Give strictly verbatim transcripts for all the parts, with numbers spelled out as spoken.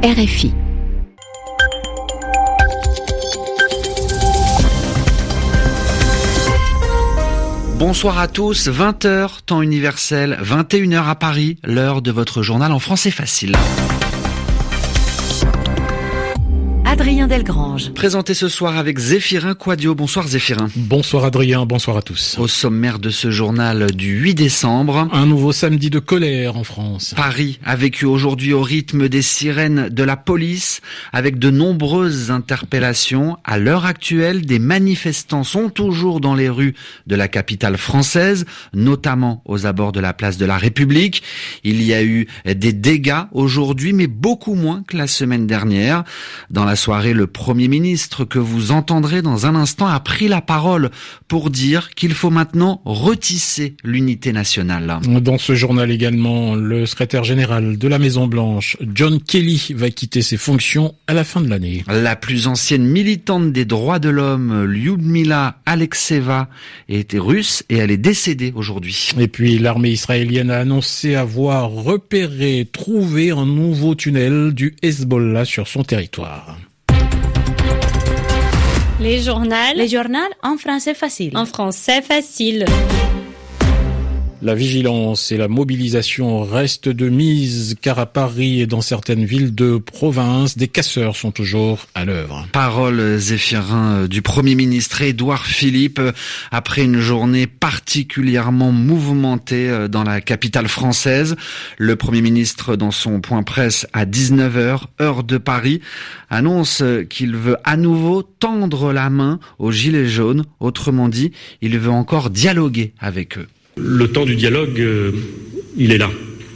R F I. Bonsoir à tous, vingt heures, temps universel, vingt et une heures à Paris, l'heure de votre journal en français facile. Adrien Delgrange. Présenté ce soir avec Zéphirin Quadio. Bonsoir Zéphirin. Bonsoir Adrien, bonsoir à tous. Au sommaire de ce journal du huit décembre. Un nouveau samedi de colère en France. Paris a vécu aujourd'hui au rythme des sirènes de la police, avec de nombreuses interpellations. À l'heure actuelle, des manifestants sont toujours dans les rues de la capitale française, notamment aux abords de la place de la République. Il y a eu des dégâts aujourd'hui, mais beaucoup moins que la semaine dernière. Dans la soirée, le Premier ministre, que vous entendrez dans un instant, a pris la parole pour dire qu'il faut maintenant retisser l'unité nationale. Dans ce journal également, le secrétaire général de la Maison-Blanche, John Kelly, va quitter ses fonctions à la fin de l'année. La plus ancienne militante des droits de l'homme, Lyudmila Alexeva, était russe et elle est décédée aujourd'hui. Et puis l'armée israélienne a annoncé avoir repéré, trouvé un nouveau tunnel du Hezbollah sur son territoire. Les journaux. Les journaux en français facile. En français facile. La vigilance et la mobilisation restent de mise, car à Paris et dans certaines villes de province, des casseurs sont toujours à l'œuvre. Parole, Zéphirin, du Premier ministre Édouard Philippe, après une journée particulièrement mouvementée dans la capitale française. Le Premier ministre, dans son point presse à dix-neuf heures, heure de Paris, annonce qu'il veut à nouveau tendre la main aux Gilets jaunes. Autrement dit, il veut encore dialoguer avec eux. Le temps du dialogue, euh, il est là.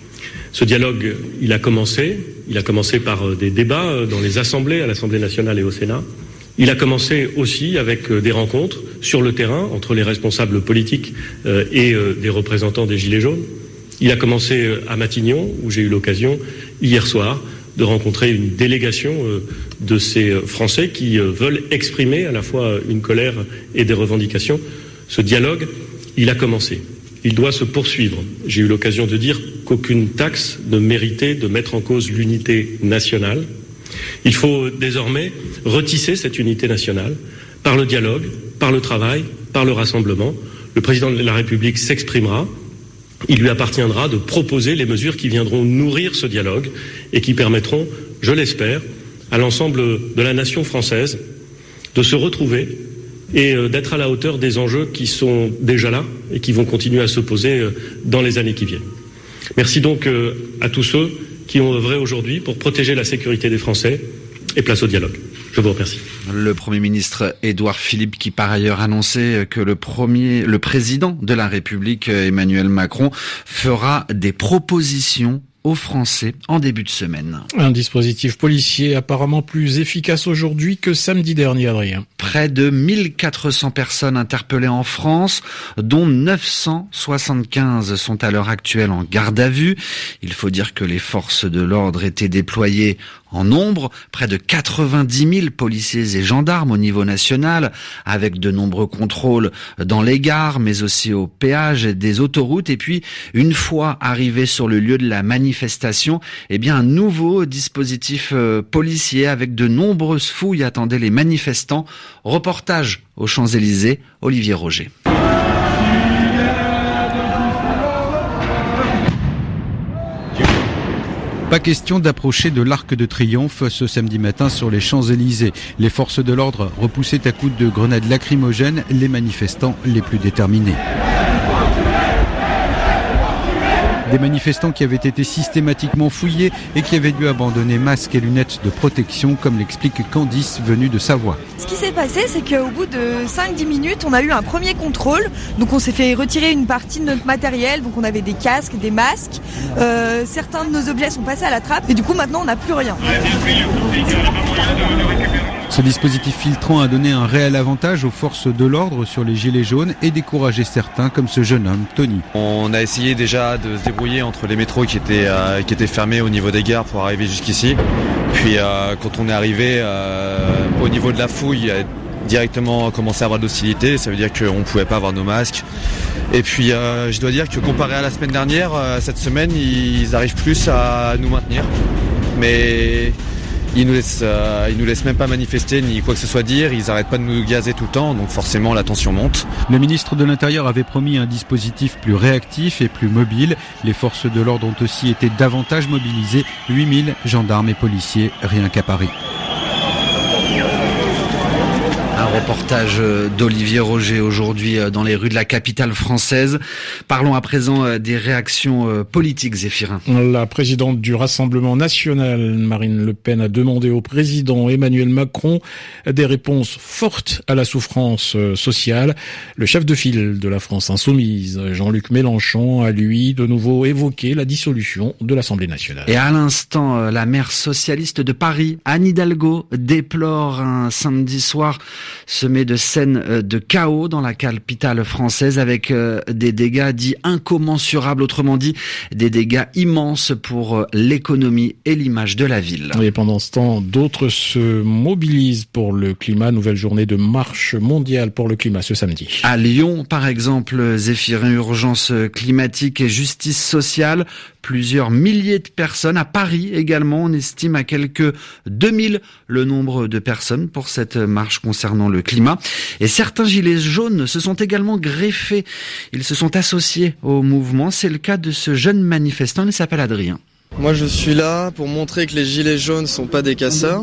Ce dialogue, il a commencé. Il a commencé par des débats dans les assemblées, à l'Assemblée nationale et au Sénat. Il a commencé aussi avec des rencontres sur le terrain entre les responsables politiques euh, et euh, des représentants des Gilets jaunes. Il a commencé à Matignon, où j'ai eu l'occasion, hier soir, de rencontrer une délégation euh, de ces Français qui euh, veulent exprimer à la fois une colère et des revendications. Ce dialogue, il a commencé. Il doit se poursuivre. J'ai eu l'occasion de dire qu'aucune taxe ne méritait de mettre en cause l'unité nationale. Il faut désormais retisser cette unité nationale par le dialogue, par le travail, par le rassemblement. Le président de la République s'exprimera. Il lui appartiendra de proposer les mesures qui viendront nourrir ce dialogue et qui permettront, je l'espère, à l'ensemble de la nation française de se retrouver et d'être à la hauteur des enjeux qui sont déjà là et qui vont continuer à se poser dans les années qui viennent. Merci donc à tous ceux qui ont œuvré aujourd'hui pour protéger la sécurité des Français et place au dialogue. Je vous remercie. Le Premier ministre Édouard Philippe, qui par ailleurs annonçait que le premier, le président de la République, Emmanuel Macron, fera des propositions aux Français en début de semaine. Un dispositif policier apparemment plus efficace aujourd'hui que samedi dernier, Adrien. Près de mille quatre cents personnes interpellées en France, dont neuf cent soixante-quinze sont à l'heure actuelle en garde à vue. Il faut dire que les forces de l'ordre étaient déployées en nombre, près de quatre-vingt-dix mille policiers et gendarmes au niveau national, avec de nombreux contrôles dans les gares, mais aussi au péage des autoroutes. Et puis, une fois arrivés sur le lieu de la manifestation, eh bien, un nouveau dispositif euh, policier avec de nombreuses fouilles attendait les manifestants. Reportage aux Champs-Élysées, Olivier Roger. Pas question d'approcher de l'Arc de Triomphe ce samedi matin sur les Champs-Élysées. Les forces de l'ordre repoussaient à coups de grenades lacrymogènes les manifestants les plus déterminés. Des manifestants qui avaient été systématiquement fouillés et qui avaient dû abandonner masques et lunettes de protection, comme l'explique Candice, venue de Savoie. Ce qui s'est passé, c'est qu'au bout de cinq dix minutes, on a eu un premier contrôle. Donc on s'est fait retirer une partie de notre matériel. Donc on avait des casques, des masques. Euh, certains de nos objets sont passés à la trappe. Et du coup, maintenant, on n'a plus rien. Ce dispositif filtrant a donné un réel avantage aux forces de l'ordre sur les gilets jaunes et découragé certains, comme ce jeune homme, Tony. On a essayé déjà de se débrouiller entre les métros qui étaient, euh, qui étaient fermés au niveau des gares pour arriver jusqu'ici. Puis euh, quand on est arrivé euh, au niveau de la fouille, il a directement commencé à avoir de l'hostilité. Ça veut dire qu'on ne pouvait pas avoir nos masques. Et puis euh, je dois dire que comparé à la semaine dernière, euh, cette semaine, ils arrivent plus à nous maintenir. Mais Ils nous laissent, euh, ils nous laissent même pas manifester ni quoi que ce soit dire. Ils arrêtent pas de nous gazer tout le temps, donc forcément la tension monte. Le ministre de l'Intérieur avait promis un dispositif plus réactif et plus mobile. Les forces de l'ordre ont aussi été davantage mobilisées. huit mille gendarmes et policiers, rien qu'à Paris. Un reportage d'Olivier Roger aujourd'hui dans les rues de la capitale française. Parlons à présent des réactions politiques, Zéphirin. La présidente du Rassemblement national, Marine Le Pen, a demandé au président Emmanuel Macron des réponses fortes à la souffrance sociale. Le chef de file de la France insoumise, Jean-Luc Mélenchon, a lui de nouveau évoqué la dissolution de l'Assemblée nationale. Et à l'instant, la maire socialiste de Paris, Anne Hidalgo, déplore un samedi soir semé de scènes de chaos dans la capitale française avec des dégâts dits incommensurables, autrement dit des dégâts immenses pour l'économie et l'image de la ville. Et pendant ce temps, d'autres se mobilisent pour le climat. Nouvelle journée de marche mondiale pour le climat ce samedi. À Lyon, par exemple, Zéphirin, urgence climatique et justice sociale. Plusieurs milliers de personnes. À Paris également, on estime à quelques deux mille le nombre de personnes pour cette marche concernant le climat. Et certains gilets jaunes se sont également greffés. Ils se sont associés au mouvement. C'est le cas de ce jeune manifestant. Il s'appelle Adrien. Moi, je suis là pour montrer que les gilets jaunes ne sont pas des casseurs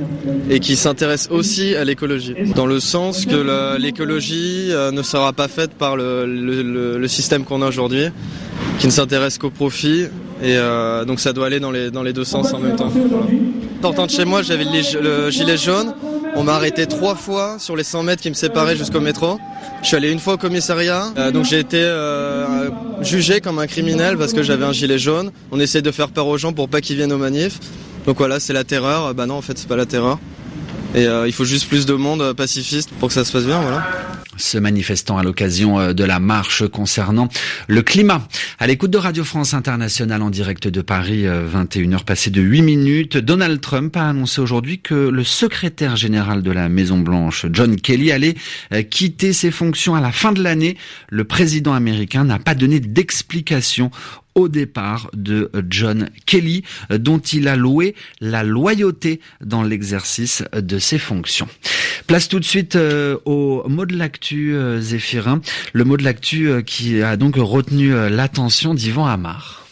et qui s'intéressent aussi à l'écologie. Dans le sens que la, l'écologie euh, ne sera pas faite par le, le, le, le système qu'on a aujourd'hui, qui ne s'intéresse qu'au profit. Et euh, donc ça doit aller dans les, dans les deux sens en même temps. Voilà. Sortant de chez moi, j'avais le, le gilet jaune. On m'a arrêté trois fois sur les cent mètres qui me séparaient jusqu'au métro. Je suis allé une fois au commissariat, euh, donc j'ai été euh, jugé comme un criminel parce que j'avais un gilet jaune. On essaie de faire peur aux gens pour pas qu'ils viennent aux manifs. Donc voilà, c'est la terreur. Bah non, en fait, c'est pas la terreur. Et euh, il faut juste plus de monde euh, pacifiste pour que ça se passe bien, voilà. Ce manifestant à l'occasion de la marche concernant le climat. À l'écoute de Radio France Internationale en direct de Paris, vingt et une heures passées de huit minutes, Donald Trump a annoncé aujourd'hui que le secrétaire général de la Maison-Blanche, John Kelly, allait quitter ses fonctions à la fin de l'année. Le président américain n'a pas donné d'explication au départ de John Kelly, dont il a loué la loyauté dans l'exercice de ses fonctions. Place tout de suite euh, au mot de l'actu, euh, Zéphirin. Le mot de l'actu euh, qui a donc retenu euh, l'attention d'Yvan Amar.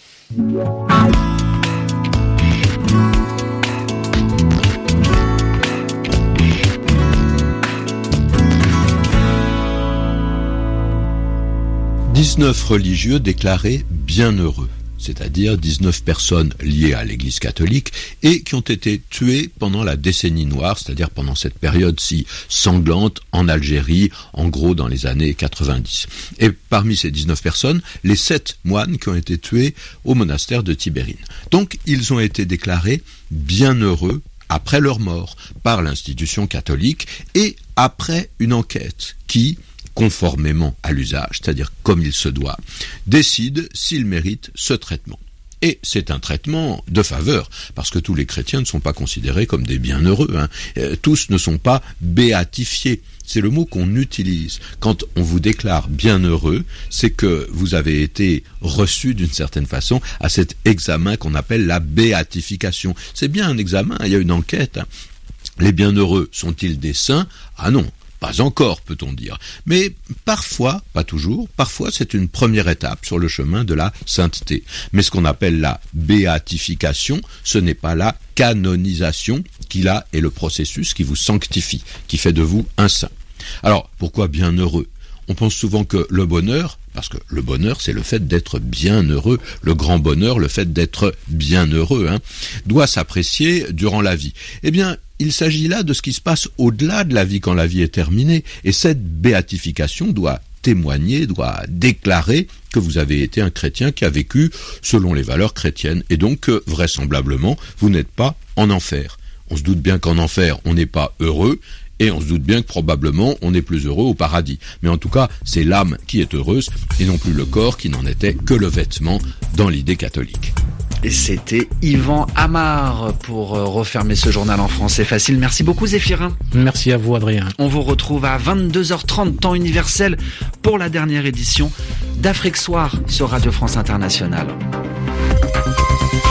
dix-neuf religieux déclarés bienheureux, c'est-à-dire dix-neuf personnes liées à l'Église catholique et qui ont été tuées pendant la décennie noire, c'est-à-dire pendant cette période si sanglante en Algérie, en gros dans les années quatre-vingt-dix. Et parmi ces dix-neuf personnes, les sept moines qui ont été tués au monastère de Tibérine. Donc ils ont été déclarés bienheureux après leur mort par l'institution catholique et après une enquête qui, conformément à l'usage, c'est-à-dire comme il se doit, décide s'il mérite ce traitement. Et c'est un traitement de faveur, parce que tous les chrétiens ne sont pas considérés comme des bienheureux, hein. Euh, tous ne sont pas béatifiés. C'est le mot qu'on utilise. Quand on vous déclare bienheureux, c'est que vous avez été reçu d'une certaine façon à cet examen qu'on appelle la béatification. C'est bien un examen, il y a une enquête. Hein. Les bienheureux sont-ils des saints ? Ah non. Pas encore, peut-on dire. Mais parfois, pas toujours, parfois c'est une première étape sur le chemin de la sainteté. Mais ce qu'on appelle la béatification, ce n'est pas la canonisation qui là est le processus qui vous sanctifie, qui fait de vous un saint. Alors, pourquoi bienheureux ? On pense souvent que le bonheur, parce que le bonheur c'est le fait d'être bien heureux, le grand bonheur, le fait d'être bien heureux, hein, doit s'apprécier durant la vie. Eh bien, il s'agit là de ce qui se passe au-delà de la vie quand la vie est terminée, et cette béatification doit témoigner, doit déclarer que vous avez été un chrétien qui a vécu selon les valeurs chrétiennes, et donc que, vraisemblablement, vous n'êtes pas en enfer. On se doute bien qu'en enfer, on n'est pas heureux, et on se doute bien que probablement on est plus heureux au paradis. Mais en tout cas, c'est l'âme qui est heureuse, et non plus le corps qui n'en était que le vêtement dans l'idée catholique. Et c'était Yvan Amar pour refermer ce journal en français facile. Merci beaucoup Zéphirin. Merci à vous Adrien. On vous retrouve à vingt-deux heures trente temps universel pour la dernière édition d'Afrique Soir sur Radio France Internationale.